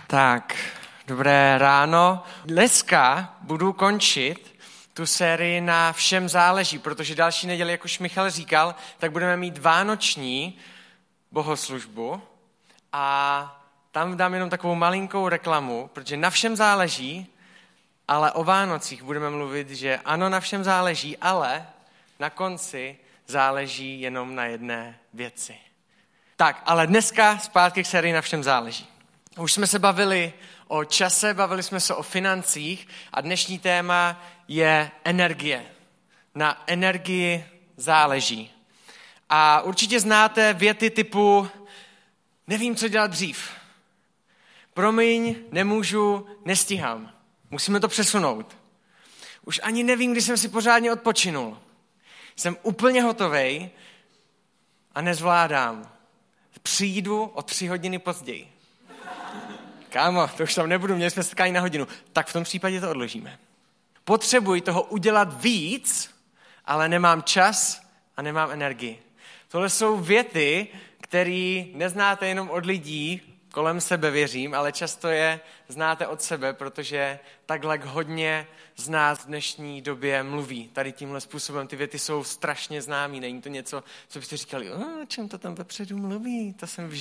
Tak, dobré ráno. Dneska budu končit tu sérii na Všem záleží, protože další neděli, jak už Michal říkal, tak budeme mít vánoční bohoslužbu a tam dám jenom takovou malinkou reklamu, protože na všem záleží, ale o Vánocích budeme mluvit, že ano, na všem záleží, ale na konci záleží jenom na jedné věci. Tak, ale dneska zpátky k sérii Na všem záleží. Už jsme se bavili o čase, bavili jsme se o financích a dnešní téma je energie. Na energii záleží. A určitě znáte věty typu nevím, co dělat dřív. Promiň, nemůžu, nestíhám. Musíme to přesunout. Už ani nevím, kdy jsem si pořádně odpočinul. Jsem úplně hotovej a nezvládám. Přijdu o 3 hodiny později. Kámo, to už tam nebudu, měli jsme setkání na hodinu. Tak v tom případě to odložíme. Potřebuji toho udělat víc, ale nemám čas a nemám energii. Tohle jsou věty, které neznáte jenom od lidí, kolem sebe věřím, ale často je znáte od sebe, protože takhle hodně z nás v dnešní době mluví. Tady tímhle způsobem ty věty jsou strašně známý. Není to něco, co byste říkali, o čem to tam vepředu mluví, to jsem v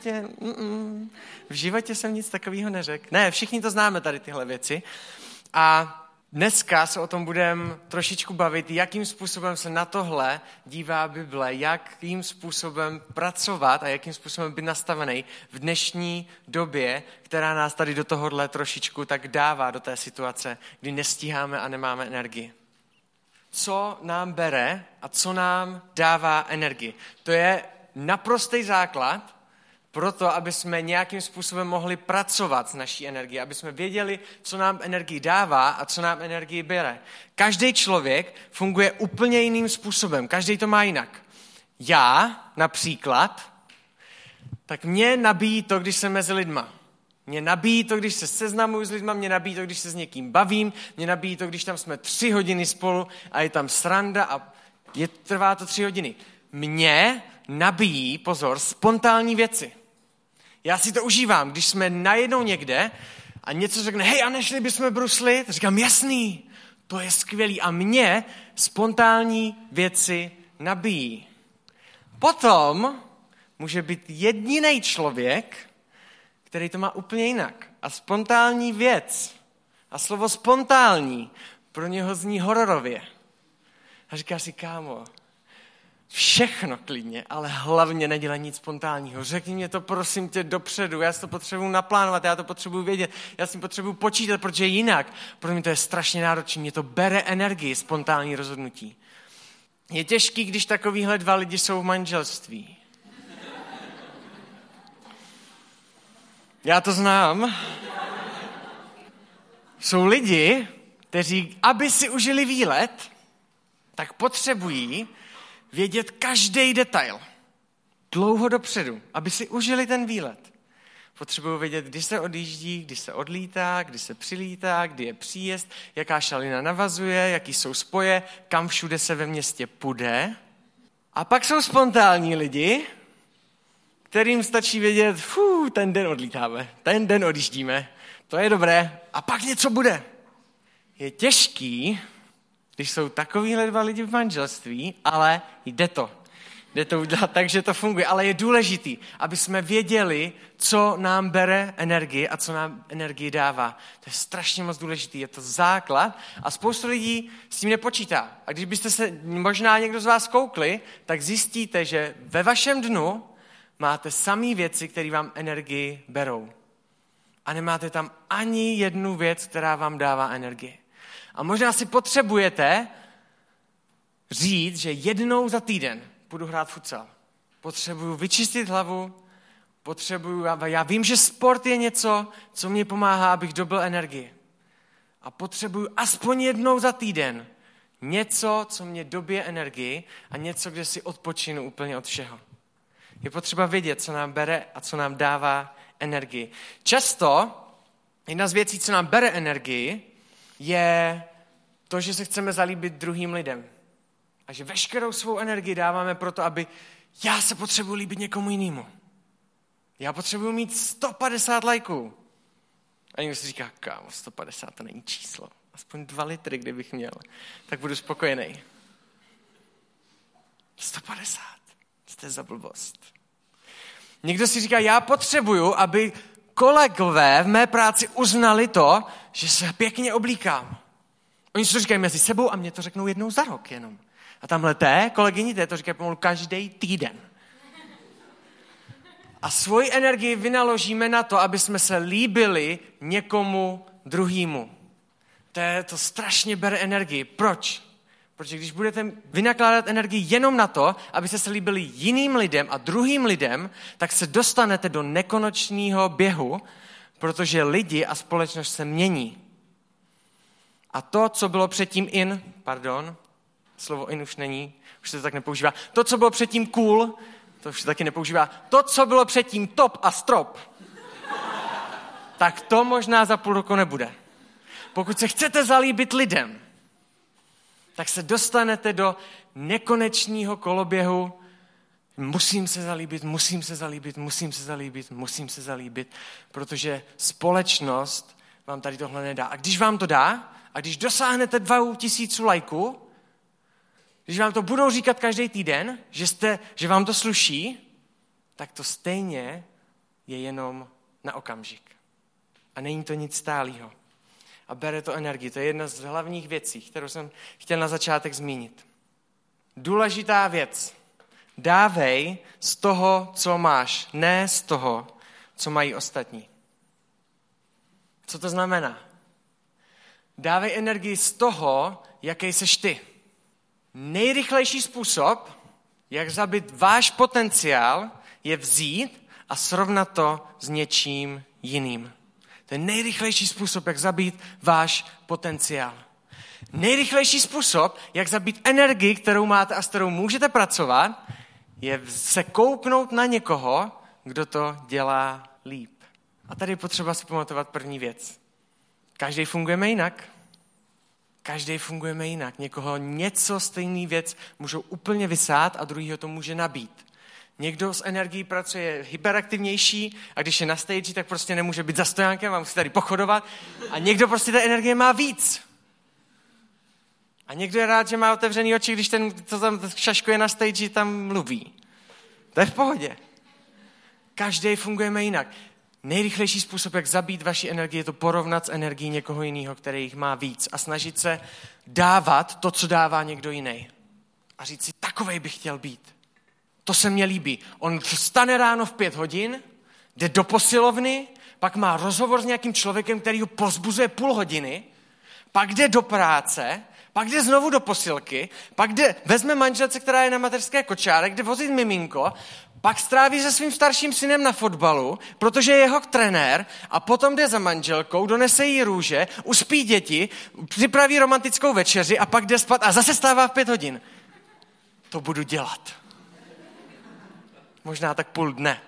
životě jsem nic takového neřekl. Ne, všichni to známe tady tyhle věci. A dneska se o tom budeme trošičku bavit, jakým způsobem se na tohle dívá Bible, jakým způsobem pracovat a jakým způsobem být nastavený v dnešní době, která nás tady do tohohle trošičku tak dává do té situace, kdy nestíháme a nemáme energii. Co nám bere a co nám dává energii? To je naprostý základ pro to, aby jsme nějakým způsobem mohli pracovat s naší energií, aby jsme věděli, co nám energii dává a co nám energii bere. Každý člověk funguje úplně jiným způsobem, každý to má jinak. Já například, tak mě nabíjí to, když jsem mezi lidma. Mě nabíjí to, když se seznamuju s lidma, mě nabíjí to, když se s někým bavím, mě nabíjí to, když tam jsme 3 hodiny spolu a je tam sranda a trvá to 3 hodiny. Mě nabíjí, pozor, spontánní věci. Já si to užívám, když jsme najednou někde a něco řekne, hej, a nešli bychom bruslit? Říkám, jasný, to je skvělý. A mě spontánní věci nabíjí. Potom může být jediný člověk, který to má úplně jinak. A spontánní věc a slovo spontánní pro něho zní hororově. A říká si, kámo, všechno klidně, ale hlavně nedělej nic spontánního. Řekni mě to, prosím tě, dopředu. Já si to potřebuji naplánovat, já to potřebuji vědět, já si potřebuji počítat, protože jinak. Pro mě to je strašně náročné, mě to bere energii, spontánní rozhodnutí. Je těžký, když takovýhle 2 lidi jsou v manželství. Já to znám. Jsou lidi, kteří, aby si užili výlet, tak potřebují vědět každý detail. Dlouho dopředu, aby si užili ten výlet. Potřebují vědět, kdy se odjíždí, kdy se odlítá, kdy se přilítá, kdy je příjezd, jaká šalina navazuje, jaký jsou spoje, kam všude se ve městě půjde. A pak jsou spontánní lidi, kterým stačí vědět, ten den odlítáme, ten den odjíždíme, to je dobré, a pak něco bude. Je těžký, když jsou takovýhle 2 lidi v manželství, ale jde to. Jde to udělat tak, že to funguje. Ale je důležitý, aby jsme věděli, co nám bere energii a co nám energii dává. To je strašně moc důležitý, je to základ a spoustu lidí s tím nepočítá. A když byste se možná někdo z vás koukli, tak zjistíte, že ve vašem dnu máte samé věci, které vám energii berou. A nemáte tam ani jednu věc, která vám dává energii. A možná si potřebujete říct, že jednou za týden půjdu hrát futsal. Potřebuju vyčistit hlavu, já vím, že sport je něco, co mě pomáhá, abych dobil energii. A potřebuju aspoň jednou za týden něco, co mě dobije energii a něco, kde si odpočinu úplně od všeho. Je potřeba vědět, co nám bere a co nám dává energii. Často jedna z věcí, co nám bere energii, je to, že se chceme zalíbit druhým lidem. A že veškerou svou energii dáváme proto, aby já se potřebuji líbit někomu jinému. Já potřebuji mít 150 lajků. A někdo si říká, kámo, 150 to není číslo. Aspoň 2 litry, kdybych měl, tak budu spokojený. 150. To je za blbost. Někdo si říká, já potřebuju, aby kolegové v mé práci uznali to, že se pěkně oblíkám. Oni si to říkají mezi sebou a mě to řeknou jednou za rok jenom. A tamhle kolegyni to říkají pomalu každý týden. A svoji energii vynaložíme na to, aby jsme se líbili někomu druhému. To strašně bere energii. Proč? Protože když budete vynakládat energii jenom na to, abyste se líbili jiným lidem a druhým lidem, tak se dostanete do nekonečného běhu, protože lidi a společnost se mění. A to, co bylo předtím slovo in už není, už se to tak nepoužívá. To, co bylo předtím cool, to už se taky nepoužívá. To, co bylo předtím top a strop, tak to možná za půl roku nebude. Pokud se chcete zalíbit lidem, tak se dostanete do nekonečného koloběhu. Musím se zalíbit, protože společnost vám tady tohle nedá. A když vám to dá, a když dosáhnete 2000 lajků, když vám to budou říkat každý týden, že vám to sluší, tak to stejně je jenom na okamžik. A není to nic stálého. A bere to energii. To je jedna z hlavních věcí, kterou jsem chtěl na začátek zmínit. Důležitá věc. Dávej z toho, co máš, ne z toho, co mají ostatní. Co to znamená? Dávej energii z toho, jaký seš ty. Nejrychlejší způsob, jak zabít váš potenciál, je vzít a srovnat to s něčím jiným. To je nejrychlejší způsob, jak zabít váš potenciál. Nejrychlejší způsob, jak zabít energii, kterou máte a s kterou můžete pracovat, je se kouknout na někoho, kdo to dělá líp. A tady je potřeba si pamatovat první věc. Každý fungujeme jinak. Někoho něco stejný věc můžou úplně vysát a druhýho to může nabít. Někdo s energií pracuje hyperaktivnější a když je na stage, tak prostě nemůže být za stojánkem a musí tady pochodovat. A někdo prostě té energie má víc. A někdo je rád, že má otevřený oči, když ten, co tam šaškuje na stage, tam mluví. To je v pohodě. Každý fungujeme jinak. Nejrychlejší způsob, jak zabít vaši energii, je to porovnat s energií někoho jiného, který jich má víc a snažit se dávat to, co dává někdo jiný. A říct si, takovej bych chtěl být. To se mně líbí. On vstane ráno v 5 hodin, jde do posilovny, pak má rozhovor s nějakým člověkem, který ho povzbuzuje půl hodiny, pak jde do práce, pak jde znovu do posilky, pak vezme manželce, která je na mateřské kočárek, jde vozit miminko, pak stráví se svým starším synem na fotbalu, protože je jeho trenér a potom jde za manželkou, donese jí růže, uspí děti, připraví romantickou večeři a pak jde spát a zase stává v 5 hodin. To budu dělat. Možná tak půl dne.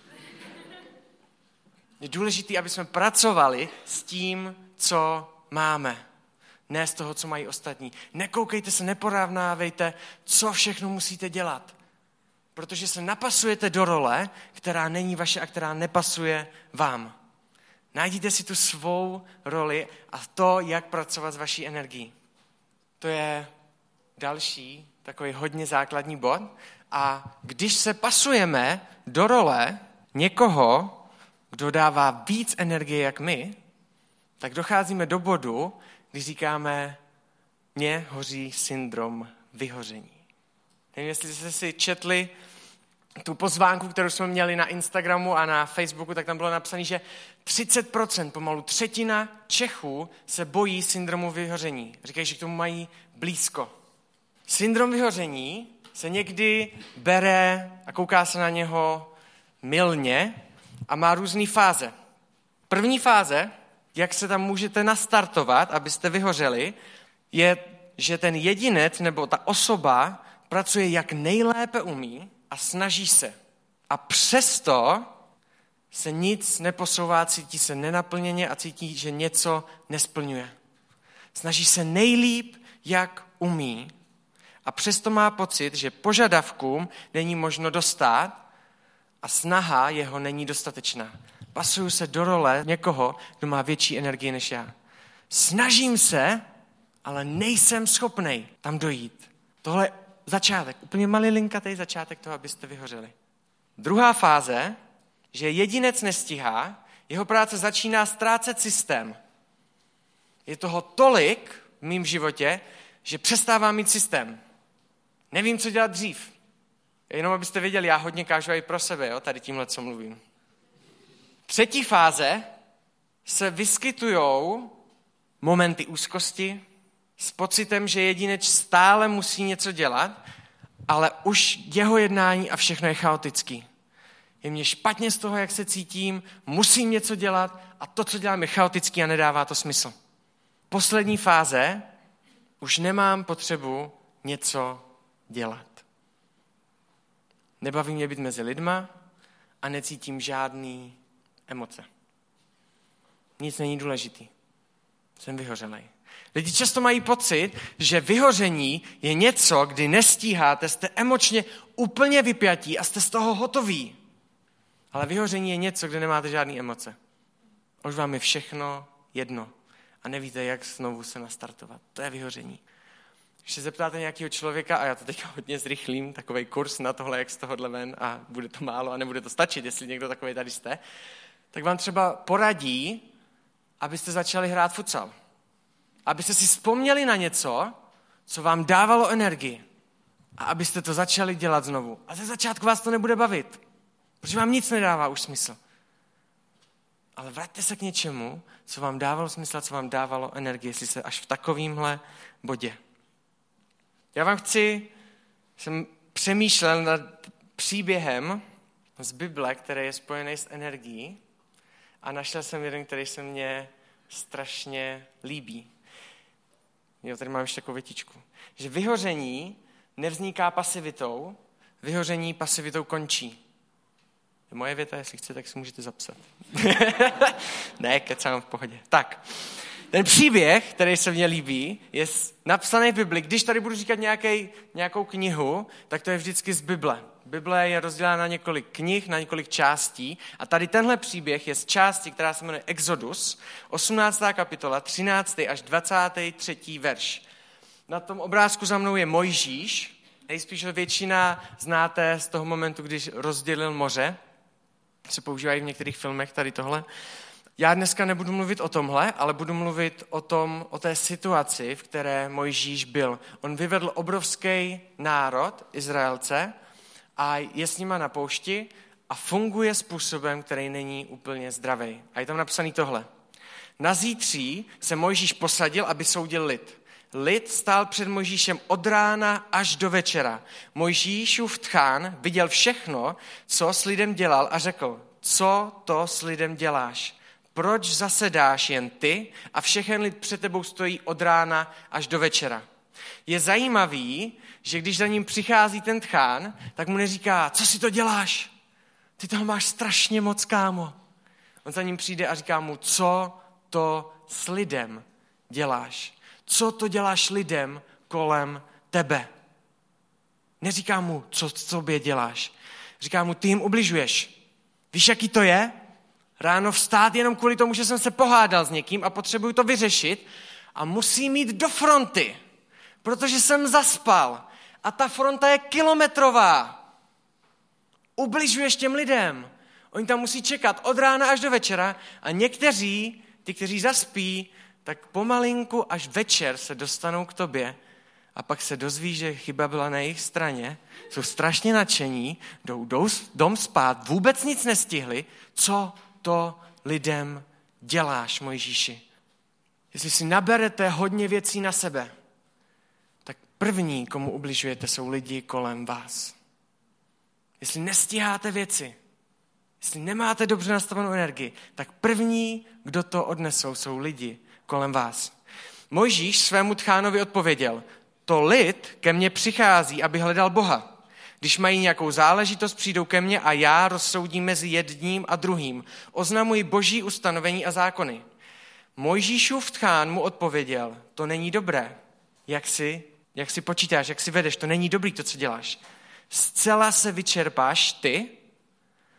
Je důležité, aby jsme pracovali s tím, co máme. Ne z toho, co mají ostatní. Nekoukejte se, neporovnávejte, co všechno musíte dělat. Protože se napasujete do role, která není vaše a která nepasuje vám. Najděte si tu svou roli a to, jak pracovat s vaší energií. To je další takový hodně základní bod. A když se pasujeme do role někoho, kdo dává víc energie jak my, tak docházíme do bodu, kdy říkáme, mně hoří syndrom vyhoření. Nevím, jestli jste si četli tu pozvánku, kterou jsme měli na Instagramu a na Facebooku, tak tam bylo napsané, že 30%, pomalu třetina Čechů se bojí syndromu vyhoření. Říkají, že k tomu mají blízko. Syndrom vyhoření se někdy bere a kouká se na něho mylně a má různé fáze. První fáze, jak se tam můžete nastartovat, abyste vyhořeli, je, že ten jedinec nebo ta osoba pracuje jak nejlépe umí a snaží se. A přesto se nic neposouvá, cítí se nenaplněně a cítí, že něco nesplňuje. Snaží se nejlíp, jak umí a přesto má pocit, že požadavkům není možno dostát a snaha jeho není dostatečná. Pasuju se do role někoho, kdo má větší energii než já. Snažím se, ale nejsem schopnej tam dojít. Tohle je začátek, úplně malilinkatý začátek toho, abyste vyhořeli. Druhá fáze, že jedinec nestíhá, jeho práce začíná ztrácet systém. Je toho tolik v mém životě, že přestávám mít systém. Nevím, co dělat dřív. Jenom abyste věděli, já hodně kážu i pro sebe, jo, tady tímhle, co mluvím. Třetí fáze se vyskytujou momenty úzkosti s pocitem, že jedinec stále musí něco dělat, ale už jeho jednání a všechno je chaotický. Je mě špatně z toho, jak se cítím, musím něco dělat a to, co dělám, je chaotický a nedává to smysl. Poslední fáze, už nemám potřebu něco dělat. Nebaví mě být mezi lidma a necítím žádný emoce. Nic není důležitý. Jsem vyhořelej. Lidi často mají pocit, že vyhoření je něco, kdy nestíháte, jste emočně úplně vypjatí a jste z toho hotoví. Ale vyhoření je něco, kde nemáte žádné emoce. Už vám je všechno jedno a nevíte, jak znovu se nastartovat. To je vyhoření. Když se zeptáte nějakého člověka, a já to teď hodně zrychlím, takovej kurz na tohle, jak z tohohle ven, a bude to málo a nebude to stačit, jestli někdo takovej tady jste, tak vám třeba poradí, abyste začali hrát futsal. Abyste si vzpomněli na něco, co vám dávalo energii. A abyste to začali dělat znovu. A ze začátku vás to nebude bavit, protože vám nic nedává už smysl. Ale vraťte se k něčemu, co vám dávalo smysl, co vám dávalo energii, jestli jste až v takovémhle bodě. Já jsem přemýšlel nad příběhem z Bible, který je spojený s energií, a našel jsem jeden, který se mně strašně líbí. Jo, tady mám ještě takovou větičku. Že vyhoření nevzniká pasivitou, vyhoření pasivitou končí. Je moje věta, jestli chcete, tak si můžete zapsat. Ne, kecám v pohodě. Tak, ten příběh, který se mně líbí, je napsaný v Bibli. Když tady budu říkat nějakou knihu, tak to je vždycky z Bible. Bible je rozdělena na několik knih, na několik částí a tady tenhle příběh je z části, která se jmenuje Exodus, 18. kapitola, 13. až 23. verš. Na tom obrázku za mnou je Mojžíš, nejspíš ho většina znáte z toho momentu, když rozdělil moře, se používají v některých filmech tady tohle. Já dneska nebudu mluvit o tomhle, ale budu mluvit o té situaci, v které Mojžíš byl. On vyvedl obrovský národ, Izraelce, a je s nima na poušti a funguje způsobem, který není úplně zdravý. A je tam napsaný tohle. Na zítří se Mojžíš posadil, aby soudil lid. Lid stál před Mojžíšem od rána až do večera. Mojžíšův tchán viděl všechno, co s lidem dělal a řekl, co to s lidem děláš? Proč zasedáš jen ty a všechen lid před tebou stojí od rána až do večera? Je zajímavý, že když za ním přichází ten tchán, tak mu neříká, co si to děláš? Ty toho máš strašně moc, kámo. On za ním přijde a říká mu, co to s lidem děláš? Co to děláš lidem kolem tebe? Neříká mu, co sobě děláš. Říká mu, ty jim ubližuješ. Víš, jaký to je? Ráno vstát jenom kvůli tomu, že jsem se pohádal s někým a potřebuju to vyřešit a musím jít do fronty, protože jsem zaspal a ta fronta je kilometrová. Ubližuješ těm lidem. Oni tam musí čekat od rána až do večera a někteří, ty, kteří zaspí, tak pomalinku až večer se dostanou k tobě a pak se dozví, že chyba byla na jejich straně, jsou strašně nadšení, jdou dom spát, vůbec nic nestihli. Co to lidem děláš, Mojžíši? Jestli si naberete hodně věcí na sebe, tak první, komu ubližujete, jsou lidi kolem vás. Jestli nestíháte věci, jestli nemáte dobře nastavenou energii, tak první, kdo to odnesou, jsou lidi kolem vás. Mojžíš svému tchánovi odpověděl, to lid ke mně přichází, aby hledal Boha. Když mají nějakou záležitost, přijdou ke mně a já rozsoudím mezi jedním a druhým. Oznamuji boží ustanovení a zákony. Mojžíšův tchán mu odpověděl, to není dobré. Jak si počítáš, jak si vedeš, to není dobrý to, co děláš. Zcela se vyčerpáš ty,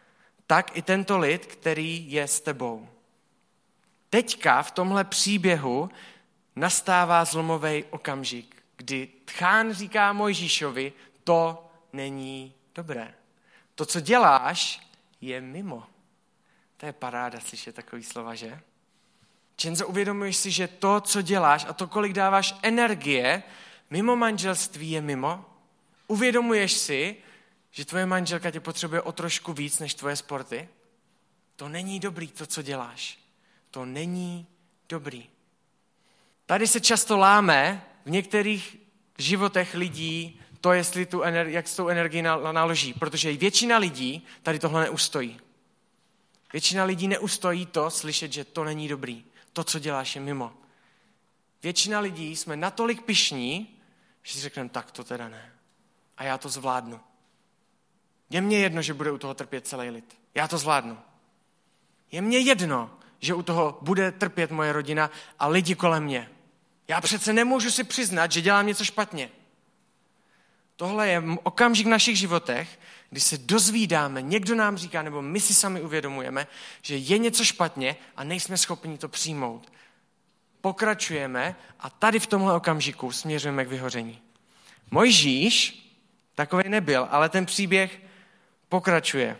tak i tento lid, který je s tebou. Teďka v tomhle příběhu nastává zlomový okamžik, kdy Tchán říká Mojžíšovi, to není dobré. To, co děláš, je mimo. To je paráda slyšet takový slova, že? Čenzo, uvědomuješ si, že to, co děláš a to, kolik dáváš energie, mimo manželství je mimo? Uvědomuješ si, že tvoje manželka tě potřebuje o trošku víc než tvoje sporty? To není dobrý, to, co děláš. To není dobrý. Tady se často láme v některých životech lidí to, jestli jak s tou energií naloží, protože většina lidí tady tohle neustojí. Většina lidí neustojí to slyšet, že to není dobrý. To, co děláš, je mimo. Většina lidí jsme natolik pyšní, že si řekneme, tak to teda ne. A já to zvládnu. Je mně jedno, že bude u toho trpět celý lid. Já to zvládnu. Je mně jedno, že u toho bude trpět moje rodina a lidi kolem mě. Já přece nemůžu si přiznat, že dělám něco špatně. Tohle je okamžik v našich životech, kdy se dozvídáme, někdo nám říká, nebo my si sami uvědomujeme, že je něco špatně a nejsme schopni to přijmout. Pokračujeme a tady v tomhle okamžiku směřujeme k vyhoření. Mojžíš takový nebyl, ale ten příběh pokračuje.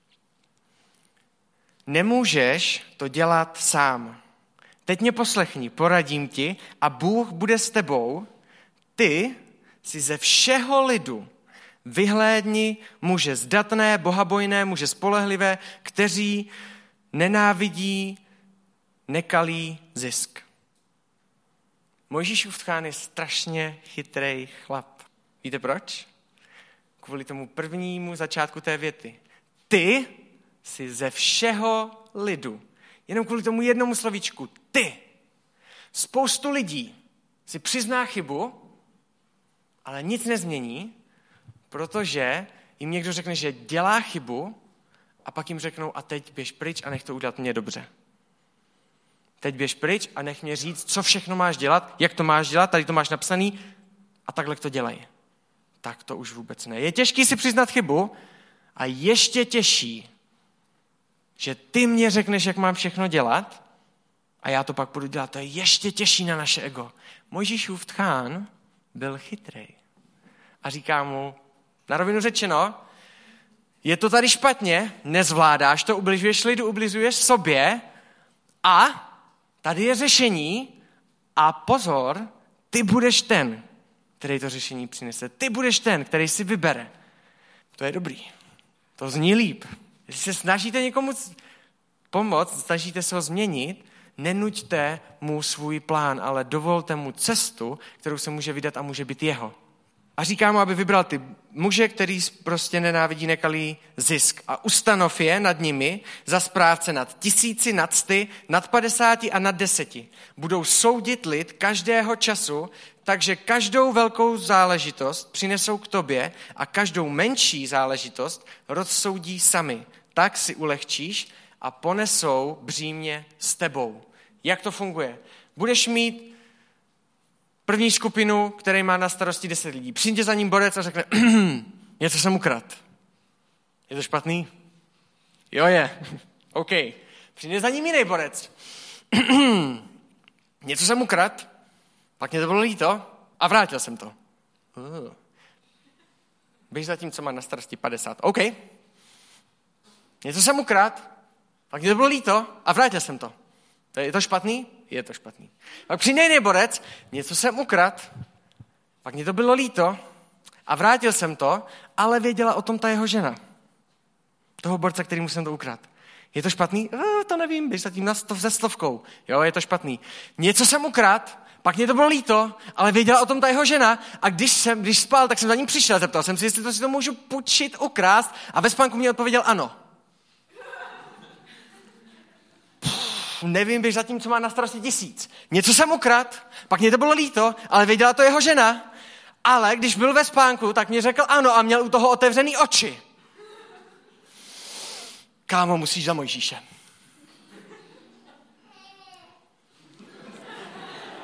Nemůžeš to dělat sám. Teď mě poslechni, poradím ti a Bůh bude s tebou. Ty si ze všeho lidu vyhlédni muže zdatné, bohabojné, muže spolehlivé, kteří nenávidí nekalý zisk. Mojžíšův Tchán je strašně chytrý chlap. Víte proč? Kvůli tomu prvnímu začátku té věty. Ty si ze všeho lidu. Jenom kvůli tomu jednomu slovíčku. Ty. Spoustu lidí si přizná chybu, ale nic nezmění, protože jim někdo řekne, že dělá chybu a pak jim řeknou a teď běž pryč a nech to udělat mě dobře. Teď běž pryč a nech mě říct, co všechno máš dělat, jak to máš dělat, tady to máš napsaný a takhle to dělej. Tak to už vůbec ne. Je těžký si přiznat chybu a ještě těžší, že ty mě řekneš, jak mám všechno dělat a já to pak budu dělat. To je ještě těžší na naše ego. Mojžíšův Tchán byl chytrej. A říká mu, na rovinu řečeno, je to tady špatně, nezvládáš to, ubližuješ lidu, ubližuješ sobě a tady je řešení a pozor, ty budeš ten, který to řešení přinese. Ty budeš ten, který si vybere. To je dobrý. To zní líp. Jestli se snažíte někomu pomoct, snažíte se ho změnit, nenuďte mu svůj plán, ale dovolte mu cestu, kterou se může vydat a může být jeho. A říká mu, aby vybral ty muže, který prostě nenávidí nekalý zisk. A ustanov je nad nimi za správce nad 1000, nad 100, nad 50 a nad 10. Budou soudit lid každého času, takže každou velkou záležitost přinesou k tobě a každou menší záležitost rozsoudí sami. Tak si ulehčíš a ponesou břímě s tebou. Jak to funguje? Budeš mít první skupinu, který má na starosti 10 lidí. Přijde za ním borec a řekne, něco jsem ukradl. Je to špatný? Jo je. OK. Přijde za ním jiný borec. Něco jsem ukradl, pak mě to bylo líto a vrátil jsem to. Běž za tím, co má na starosti 50. OK. Něco jsem ukradl, pak mě to bylo líto a vrátil jsem to. Je to špatný? Je to špatný. Pak přijde jiný borec, něco jsem ukradl, pak mě to bylo líto a vrátil jsem to, ale věděla o tom ta jeho žena. Toho borce, kterýmu jsem to ukradl. Je to špatný? To nevím, běž za tím se stovkou. Jo, je to špatný. Něco jsem ukradl, pak mě to bylo líto, ale věděla o tom ta jeho žena a když spal, tak jsem za ním přišel, zeptal jsem si, jestli to si to můžu půjčit, ukrást a ve spánku mě odpověděl ano. Nevím, běž za tím, co má na starosti 1000. Něco jsem ukradl, pak mě to bylo líto, ale věděla to jeho žena, ale když byl ve spánku, tak mě řekl ano a měl u toho otevřený oči. Kámo, musíš za Mojžíše.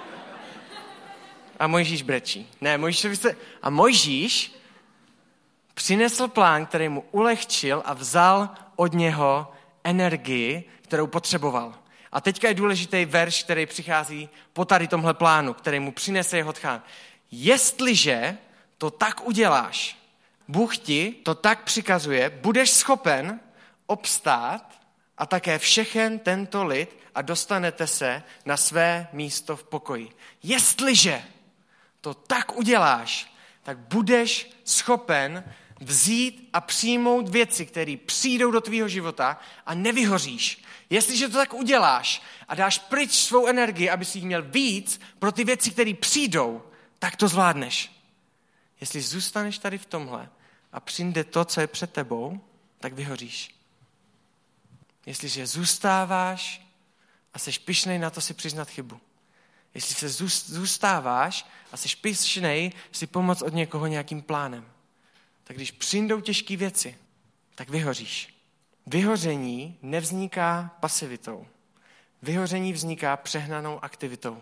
A Mojžíš brečí. Ne, Mojžíš přinesl plán, který mu ulehčil a vzal od něho energii, kterou potřeboval. A teďka je důležitý verš, který přichází po tady tomhle plánu, který mu přinese jeho tchán. Jestliže to tak uděláš, Bůh ti to tak přikazuje, budeš schopen obstát a také všechen tento lid a dostanete se na své místo v pokoji. Jestliže to tak uděláš, tak budeš schopen vzít a přijmout věci, které přijdou do tvýho života a nevyhoříš. Jestliže to tak uděláš a dáš pryč svou energii, aby si jich měl víc pro ty věci, které přijdou, tak to zvládneš. Jestli zůstaneš tady v tomhle a přijde to, co je před tebou, tak vyhoříš. Jestliže zůstáváš a seš pyšnej na to si přiznat chybu. Jestli se zůstáváš a seš pyšnej si pomoct od někoho nějakým plánem, tak když přijdou těžké věci, tak vyhoříš. Vyhoření nevzniká pasivitou. Vyhoření vzniká přehnanou aktivitou.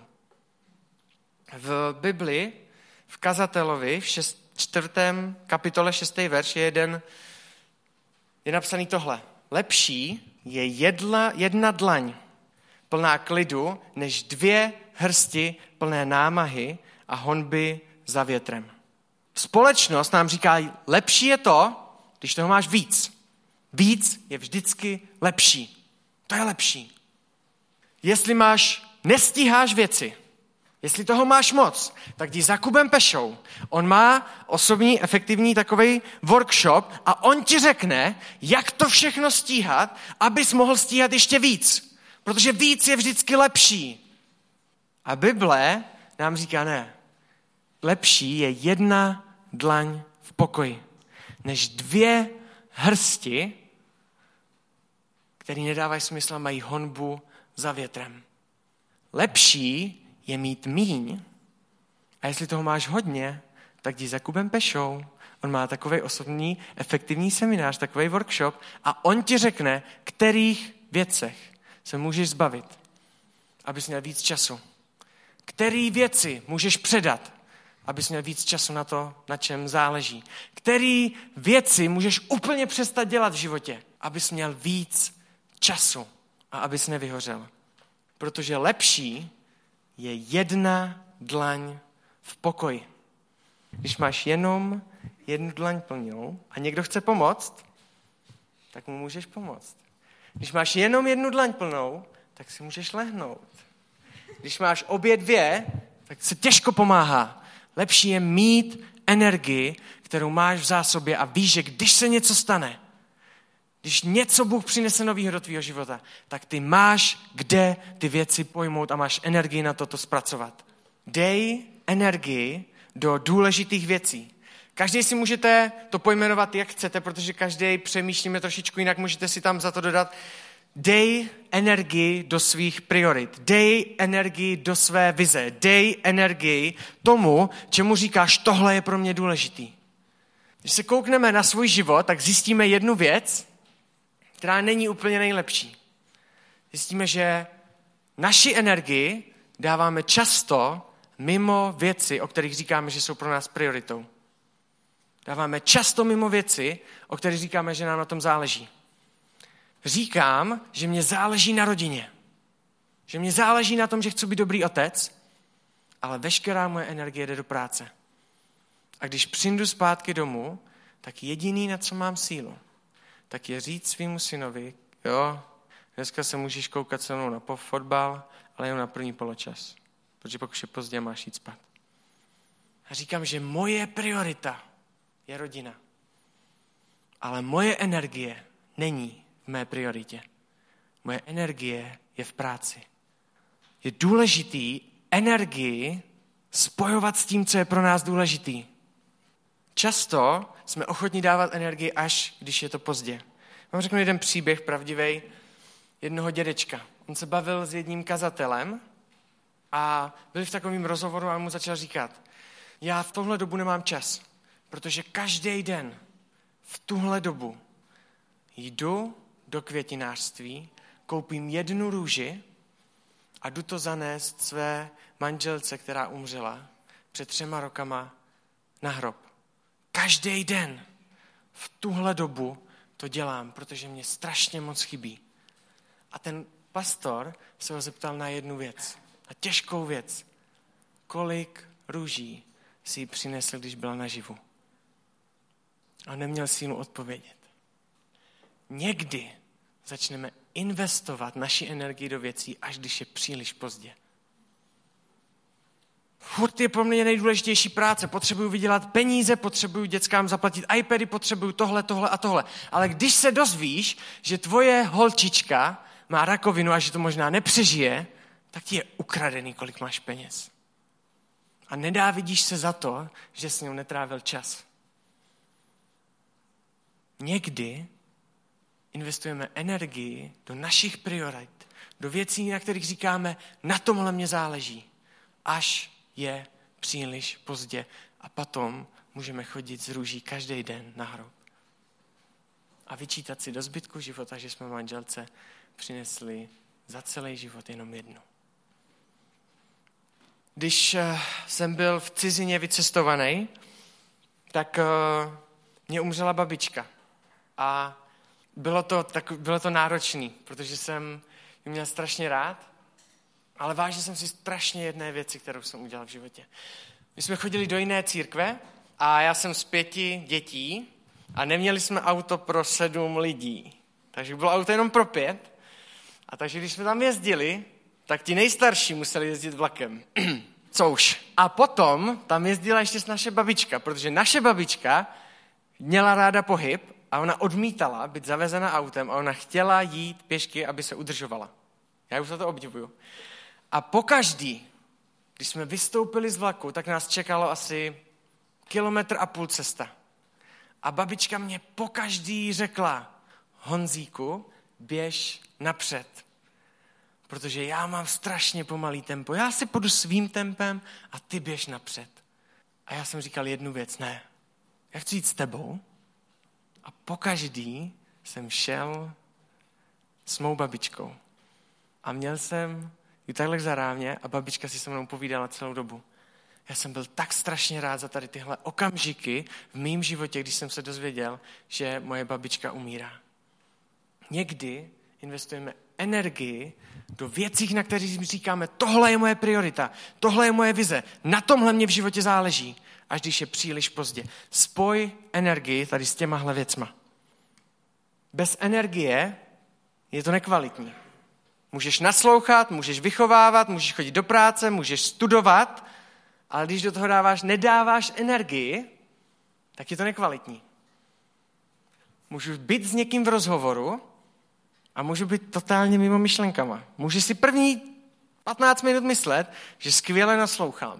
V Bibli, v Kazatelovi, v 4. kapitole 6. verš je napsaný tohle. Lepší je jedna dlaň plná klidu, než 2 hrsti plné námahy a honby za větrem. Společnost nám říká, lepší je to, když toho máš víc. Víc je vždycky lepší. To je lepší. Jestli nestíháš věci, jestli toho máš moc, tak jdi za Kubem Pešou. On má osobní, efektivní takovej workshop a on ti řekne, jak to všechno stíhat, abys mohl stíhat ještě víc. Protože víc je vždycky lepší. A Bible nám říká ne. Lepší je jedna dlaň v pokoji, než 2 hrsti, které nedávají smysl a mají honbu za větrem. Lepší je mít míň a jestli toho máš hodně, tak jdi za Kubem Pešou. On má takovej osobní, efektivní seminář, takovej workshop a on ti řekne, kterých věcech se můžeš zbavit, abys měl víc času. Který věci můžeš předat, abys měl víc času na to, na čem záleží. Který věci můžeš úplně přestat dělat v životě, abys měl víc času a abys nevyhořel. Protože lepší je jedna dlaň v pokoji. Když máš jenom jednu dlaň plnou a někdo chce pomoct, tak mu můžeš pomoct. Když máš jenom jednu dlaň plnou, tak si můžeš lehnout. Když máš obě 2, tak se těžko pomáhá. Lepší je mít energii, kterou máš v zásobě a víš, že když se něco stane, když něco Bůh přinese nového do tvýho života, tak ty máš kde ty věci pojmout a máš energii na to zpracovat. Dej energii do důležitých věcí. Každý si můžete to pojmenovat, jak chcete, protože každý přemýšlíme trošičku jinak, můžete si tam za to dodat. Dej energii do svých priorit. Dej energii do své vize. Dej energii tomu, čemu říkáš, tohle je pro mě důležitý. Když se koukneme na svůj život, tak zjistíme jednu věc, která není úplně nejlepší. Zjistíme, že naši energii dáváme často mimo věci, o kterých říkáme, že jsou pro nás prioritou. Dáváme často mimo věci, o kterých říkáme, že nám na tom záleží. Říkám, že mě záleží na rodině. Že mě záleží na tom, že chci být dobrý otec, ale veškerá moje energie jde do práce. A když přijdu zpátky domů, tak jediný, na co mám sílu, tak je říct svýmu synovi, jo, dneska se můžeš koukat se mnou na fotbal, ale jenom na první poločas. Protože pak už je pozdě, máš jít spát. A říkám, že moje priorita je rodina. Ale moje energie není v mé prioritě. Moje energie je v práci. Je důležitý energii spojovat s tím, co je pro nás důležitý. Často jsme ochotní dávat energii, až když je to pozdě. Vám řeknu jeden příběh pravdivý jednoho dědečka. On se bavil s jedním kazatelem a byl v takovém rozhovoru a mu začal říkat, já v tohle dobu nemám čas, protože každý den v tuhle dobu jdu do květinářství, koupím 1 růži a jdu to zanést své manželce, která umřela před 3 rokama na hrob. Každý den v tuhle dobu to dělám, protože mě strašně moc chybí. A ten pastor se ho zeptal na jednu věc, na těžkou věc. Kolik růží si ji přinesl, když byla naživu? A neměl sílu odpovědět. Někdy začneme investovat naši energii do věcí, až když je příliš pozdě. Furt je pro mě nejdůležitější práce. Potřebuju vydělat peníze, potřebuju dětskám zaplatit iPady, potřebuju tohle a tohle. Ale když se dozvíš, že tvoje holčička má rakovinu a že to možná nepřežije, tak ti je ukradený, kolik máš peněz. A nedávidíš se za to, že s ním netrávil čas. Někdy investujeme energii do našich priorit, do věcí, na kterých říkáme, na tomhle mě záleží, až je příliš pozdě a potom můžeme chodit z růží každý den na hrob. A vyčítat si do zbytku života, že jsme manželce přinesli za celý život jenom jednu. Když jsem byl v cizině vycestovaný, tak mě umřela babička. A bylo to náročné, protože jsem ji měl strašně rád, ale vážil jsem si strašně jedné věci, kterou jsem udělal v životě. My jsme chodili do jiné církve a já jsem z 5 dětí a neměli jsme auto pro 7 lidí. Takže bylo auto jenom pro 5. A takže když jsme tam jezdili, tak ti nejstarší museli jezdit vlakem. Co už. A potom tam jezdila ještě naše babička, protože naše babička měla ráda pohyb a ona odmítala být zavezena autem a ona chtěla jít pěšky, aby se udržovala. Já už za to obdivuju. A pokaždý, když jsme vystoupili z vlaku, tak nás čekalo asi 1,5 kilometru cesta. A babička mě pokaždý řekla, Honzíku, běž napřed. Protože já mám strašně pomalý tempo. Já si půjdu svým tempem a ty běž napřed. A já jsem říkal jednu věc, ne. Já chci jít s tebou. A pokaždý jsem šel s mou babičkou. A měl jsem ji takhle za rávně a babička si se mnou povídala celou dobu. Já jsem byl tak strašně rád za tady tyhle okamžiky v mém životě, když jsem se dozvěděl, že moje babička umírá. Někdy investujeme energii do věcí, na kterých říkáme, tohle je moje priorita, tohle je moje vize, na tomhle mě v životě záleží, až když je příliš pozdě. Spoj energii tady s těmahle věcma. Bez energie je to nekvalitní. Můžeš naslouchat, můžeš vychovávat, můžeš chodit do práce, můžeš studovat, ale když do toho nedáváš energii, tak je to nekvalitní. Můžu být s někým v rozhovoru a můžu být totálně mimo myšlenkama. Můžu si první 15 minut myslet, že skvěle naslouchám.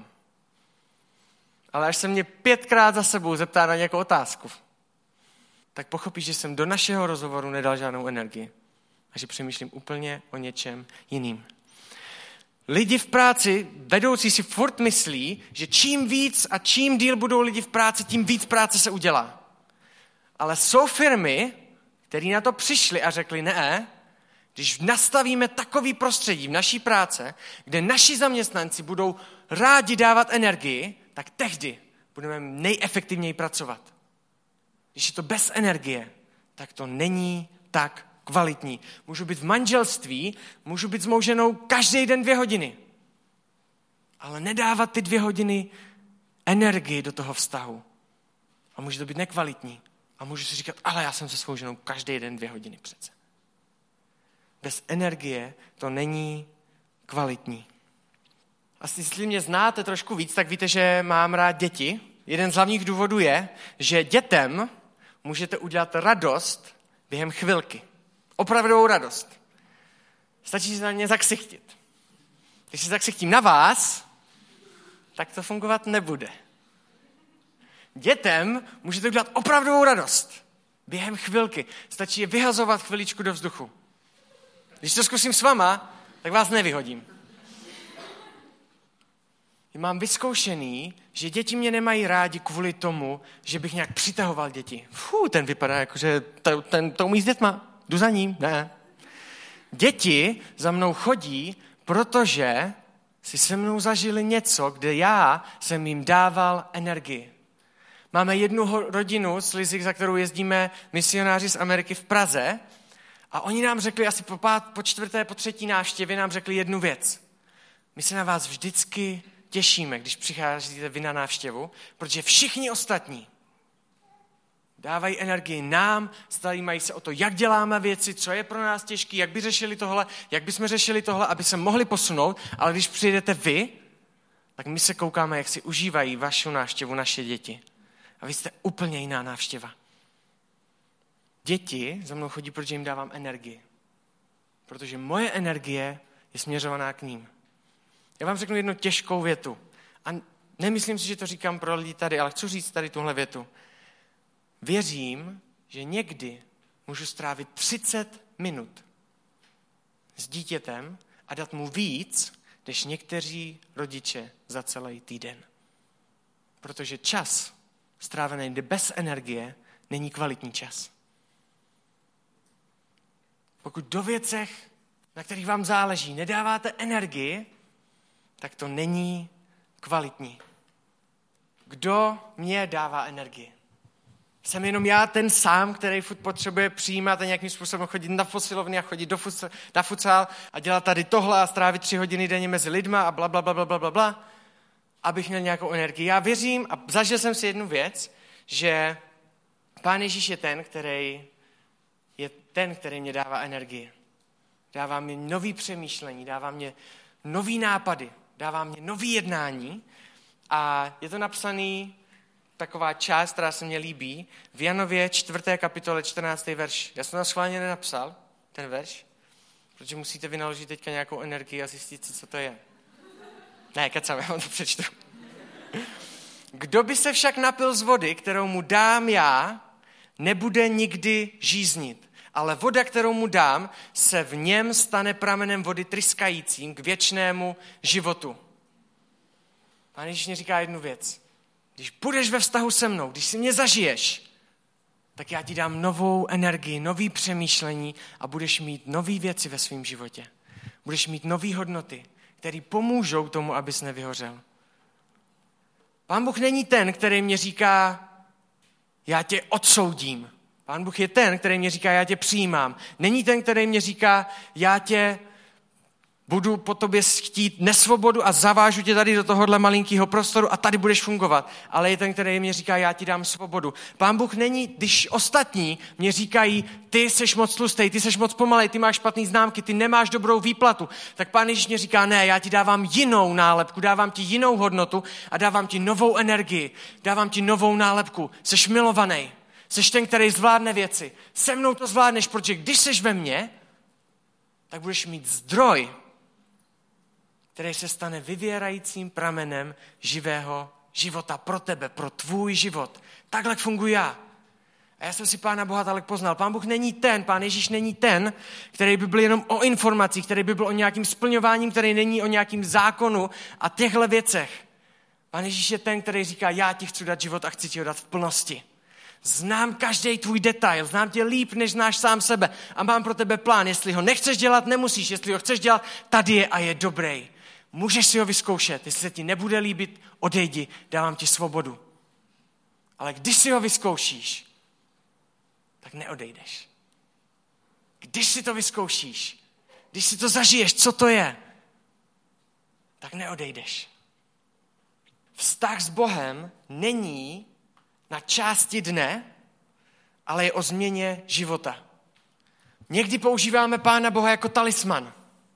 Ale až se mě 5krát za sebou zeptá na nějakou otázku, tak pochopíš, že jsem do našeho rozhovoru nedal žádnou energii a že přemýšlím úplně o něčem jiným. Lidi v práci, vedoucí si furt myslí, že čím víc a čím díl budou lidi v práci, tím víc práce se udělá. Ale jsou firmy, který na to přišli a řekli, ne, když nastavíme takový prostředí v naší práce, kde naši zaměstnanci budou rádi dávat energii, tak tehdy budeme nejefektivněji pracovat. Když je to bez energie, tak to není tak kvalitní. Můžu být v manželství, můžu být s mou ženou každý den 2 hodiny. Ale nedávat ty 2 hodiny energii do toho vztahu. A může to být nekvalitní. A můžu si říkat, ale já jsem se svou ženou každý den 2 hodiny přece. Bez energie to není kvalitní. Asi jestli mě znáte trošku víc, tak víte, že mám rád děti. Jeden z hlavních důvodů je, že dětem můžete udělat radost během chvilky. Opravdovou radost. Stačí se na ně zaksichtit. Když se zaksichtím na vás, tak to fungovat nebude. Dětem můžete udělat opravdovou radost. Během chvilky. Stačí je vyhazovat chviličku do vzduchu. Když to zkusím s váma, tak vás nevyhodím. Mám vyzkoušený, že děti mě nemají rádi kvůli tomu, že bych nějak přitahoval děti. Ten vypadá jako, že to umí s dětma. Jdu za ním. Ne. Děti za mnou chodí, protože si se mnou zažili něco, kde já jsem jim dával energii. Máme jednu rodinu z Lizik, za kterou jezdíme misionáři z Ameriky v Praze a oni nám řekli asi po čtvrté, po třetí návštěvě nám řekli jednu věc. My se na vás vždycky těšíme, když přicházíte vy na návštěvu, protože všichni ostatní dávají energii nám, starímají se o to, jak děláme věci, co je pro nás těžké, jak by řešili tohle, jak bychom řešili tohle, aby se mohli posunout, ale když přijdete vy, tak my se koukáme, jak si užívají vaši návštěvu naše děti. A vy jste úplně jiná návštěva. Děti za mnou chodí, protože jim dávám energii. Protože moje energie je směřovaná k ním. Já vám řeknu jednu těžkou větu. A nemyslím si, že to říkám pro lidi tady, ale chci říct tady tuhle větu. Věřím, že někdy můžu strávit 30 minut s dítětem a dát mu víc, než někteří rodiče za celý týden. Protože čas strávený bez energie není kvalitní čas. Pokud do věcech, na kterých vám záleží, nedáváte energii, tak to není kvalitní. Kdo mě dává energii? Jsem jenom já ten sám, který furt potřebuje přijímat a nějakým způsobem chodit na posilovny a chodit na futsal a dělat tady tohle a strávit 3 hodiny denně mezi lidma a blablabla, abych měl nějakou energii. Já věřím a zažil jsem si jednu věc, že Pán Ježíš je ten, který mě dává energii. Dává mi nový přemýšlení, dává mě nový nápady, dává mě nový jednání a je to napsaný taková část, která se mně líbí, v Janově 4. kapitole 14. verš. Já jsem tam schválně nenapsal ten verš, protože musíte vynaložit teďka nějakou energii a zjistit si, co to je. Ne, kecám, já vám to přečtu. Kdo by se však napil z vody, kterou mu dám já, nebude nikdy žíznit. Ale voda, kterou mu dám, se v něm stane pramenem vody tryskajícím k věčnému životu. Pán Ježíš mě říká jednu věc. Když budeš ve vztahu se mnou, když si mě zažiješ, tak já ti dám novou energii, nový přemýšlení a budeš mít nový věci ve svém životě. Budeš mít nový hodnoty, které pomůžou tomu, abys nevyhořel. Pán Bůh není ten, který mě říká, já tě odsoudím. Pán Bůh je ten, který mě říká, já tě přijímám. Není ten, který mě říká, já tě budu po tobě chtít nesvobodu a zavážu tě tady do tohohle malinkého prostoru a tady budeš fungovat. Ale je ten, který mě říká, já ti dám svobodu. Pán Bůh není, když ostatní mě říkají, ty seš moc tlustej, ty seš moc pomalej, ty máš špatný známky, ty nemáš dobrou výplatu. Tak Pán Ježíš mě říká, ne, já ti dávám jinou nálepku, dávám ti jinou hodnotu a dávám ti novou energii, dávám ti novou nálepku. Seš milovaný, seš ten, který zvládne věci. Se mnou to zvládneš, protože když seš ve mně, tak budeš mít zdroj, který se stane vyvěrajícím pramenem živého života pro tebe, pro tvůj život. Takhle funguji já. A já jsem si Pána Boha tak poznal. Pán Bůh není ten, Pán Ježíš není ten, který by byl jenom o informacích, který by byl o nějakým splňováním, který není o nějakým zákonu a těchto věcech. Pán Ježíš je ten, který říká, já ti chci dát život a chci ti ho dát v plnosti. Znám každý tvůj detail, znám tě líp, než znáš sám sebe a mám pro tebe plán. Jestli ho nechceš dělat, nemusíš. Jestli ho chceš dělat, tady je a je dobrý. Můžeš si ho vyzkoušet, jestli se ti nebude líbit, odejdi, dávám ti svobodu. Ale když si ho vyzkoušíš, tak neodejdeš. Když si to vyzkoušíš, když si to zažiješ, co to je, tak neodejdeš. Vztah s Bohem není na části dne, ale je o změně života. Někdy používáme Pána Boha jako talisman.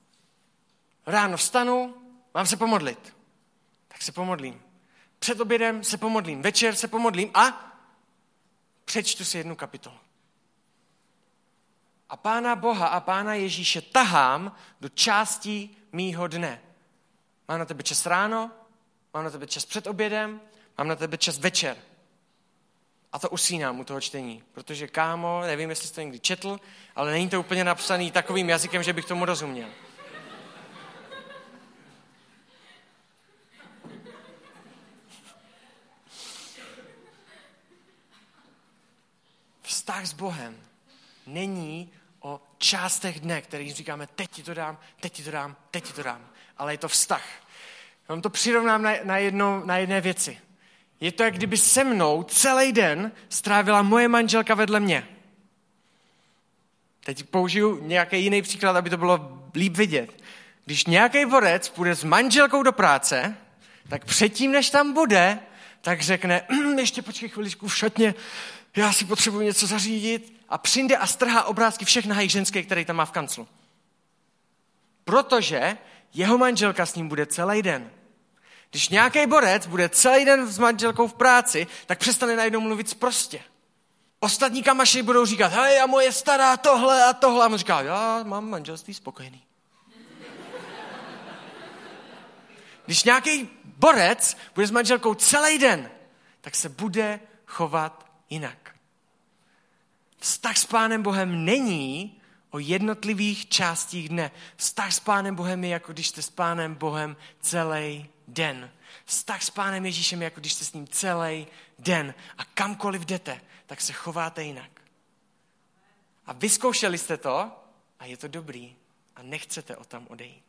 Ráno vstanu, mám se pomodlit. Tak se pomodlím. Před obědem se pomodlím. Večer se pomodlím a přečtu si 1 kapitolu. A Pána Boha a Pána Ježíše tahám do částí mýho dne. Mám na tebe čas ráno, mám na tebe čas před obědem, mám na tebe čas večer. A to usínám u toho čtení, protože kámo, nevím, jestli jsi to někdy četl, ale není to úplně napsaný takovým jazykem, že bych tomu rozuměl. Vztah s Bohem není o částech dne, kterým říkáme, teď ti to dám, teď ti to dám, teď ti to dám. Ale je to vztah. Já vám to přirovnám na jedné věci. je to, jak kdyby se mnou celý den strávila moje manželka vedle mě. Teď použiju nějaký jiný příklad, aby to bylo líp vidět. Když nějaký borec půjde s manželkou do práce, tak předtím, než tam bude, tak řekne, ještě počkej chviličku v šatně, já si potřebuji něco zařídit a přijde a strhá obrázky všech nahých ženských, který tam má v kanclu. Protože jeho manželka s ním bude celý den. Když nějaký borec bude celý den s manželkou v práci, tak přestane najednou mluvit sprostě. Ostatní kamaši budou říkat, hej, a moje stará tohle a tohle. A on říká, já mám manželství spokojený. Když nějaký borec bude s manželkou celý den, tak se bude chovat jinak. Vztah s Pánem Bohem není o jednotlivých částích dne. Vztah s Pánem Bohem je jako když jste s Pánem Bohem celý den. Vztah s Pánem Ježíšem je jako když jste s ním celý den. A kamkoliv jdete, tak se chováte jinak. A vyzkoušeli jste to a je to dobrý a nechcete o tam odejít.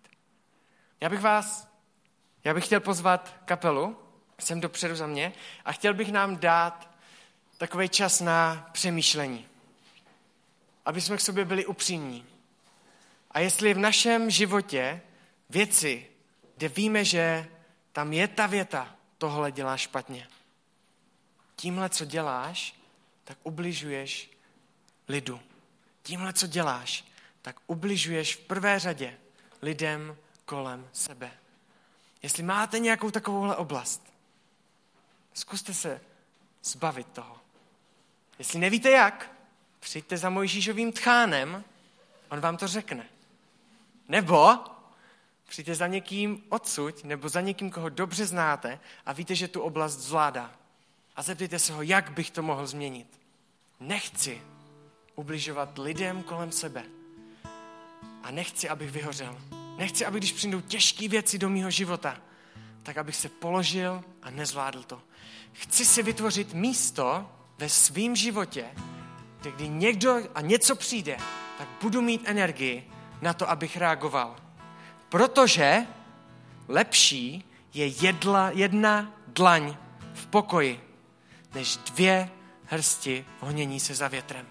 Já bych chtěl pozvat kapelu sem dopředu za mě a chtěl bych nám dát takový čas na přemýšlení. Aby jsme k sobě byli upřímní. A jestli v našem životě věci, kde víme, že tam je ta věta, tohle děláš špatně. Tímhle, co děláš, tak ubližuješ lidu. Tímhle, co děláš, tak ubližuješ v prvé řadě lidem kolem sebe. Jestli máte nějakou takovouhle oblast, zkuste se zbavit toho. Jestli nevíte jak, přijďte za Mojžíšovým tchánem, on vám to řekne. Nebo přijďte za někým odsud, nebo za někým, koho dobře znáte a víte, že tu oblast zvládá. A zeptejte se ho, jak bych to mohl změnit. Nechci ubližovat lidem kolem sebe. A nechci, abych vyhořel. Nechci, aby když přijdou těžké věci do mýho života, tak abych se položil a nezvládl to. Chci si vytvořit místo ve svém životě, kde kdy někdo a něco přijde, tak budu mít energii na to, abych reagoval. Protože lepší je jedna dlaň v pokoji, než 2 hrsti v honění se za větrem.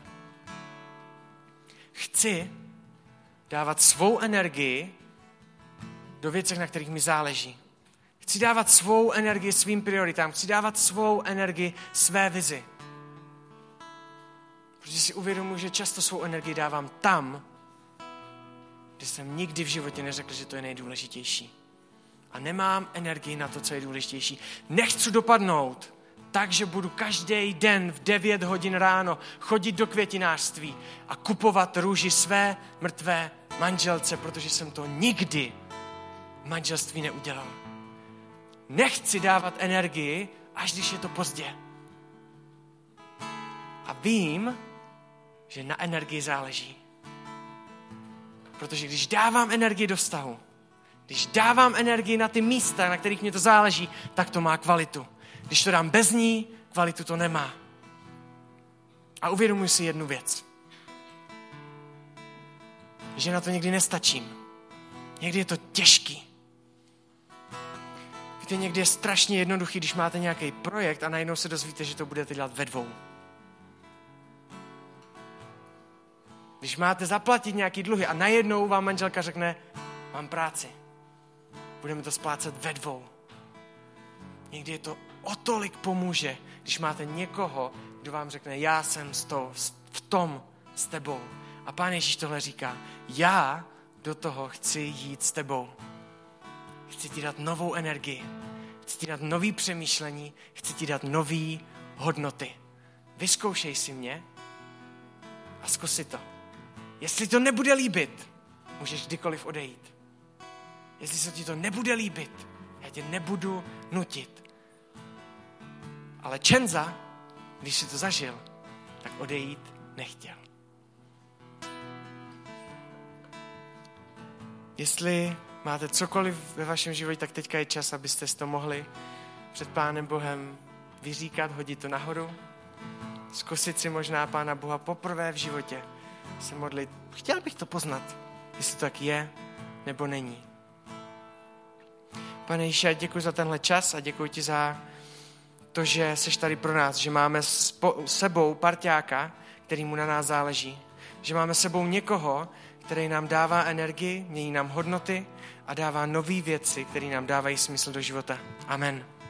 Chci dávat svou energii do věcí, na kterých mi záleží. Chci dávat svou energii svým prioritám. Chci dávat svou energii své vizi. Protože si uvědomuji, že často svou energii dávám tam, kde jsem nikdy v životě neřekl, že to je nejdůležitější. A nemám energii na to, co je důležitější. Nechci dopadnout tak, že budu každý den v 9 hodin ráno chodit do květinářství a kupovat růži své mrtvé manželce, protože jsem to nikdy v manželství neudělal. Nechci dávat energii, až když je to pozdě. A vím, že na energii záleží. Protože když dávám energii do vztahu, když dávám energii na ty místa, na kterých mě to záleží, tak to má kvalitu. Když to dám bez ní, kvalitu to nemá. A uvědomuji si jednu věc. Že na to někdy nestačím. Někdy je to těžký. Víte, někdy je strašně jednoduchý, když máte nějaký projekt a najednou se dozvíte, že to budete dělat ve 2. Když máte zaplatit nějaký dluhy a najednou vám manželka řekne, mám práci. Budeme to splácet ve 2. Někdy je to o tolik pomůže, když máte někoho, kdo vám řekne, já jsem v tom s tebou. A Pán Ježíš tohle říká, já do toho chci jít s tebou. Chci ti dát novou energii, chci ti dát nový přemýšlení, chci ti dát nový hodnoty. Vyzkoušej si mě a zkus si to. Jestli to nebude líbit, můžeš kdykoliv odejít. Jestli se ti to nebude líbit, já tě nebudu nutit. Ale Čenza, když si to zažil, tak odejít nechtěl. Jestli máte cokoliv ve vašem životě, tak teďka je čas, abyste si to mohli před Pánem Bohem vyříkat, hodit to nahoru. Zkusit si možná Pána Boha poprvé v životě se modlit. Chtěl bych to poznat, jestli to tak je nebo není. Pane Ježíši, děkuji za tenhle čas a děkuji ti za to, že seš tady pro nás, že máme sebou parťáka, kterýmu na nás záleží, že máme sebou někoho, který nám dává energii, mění nám hodnoty a dává nové věci, které nám dávají smysl do života. Amen.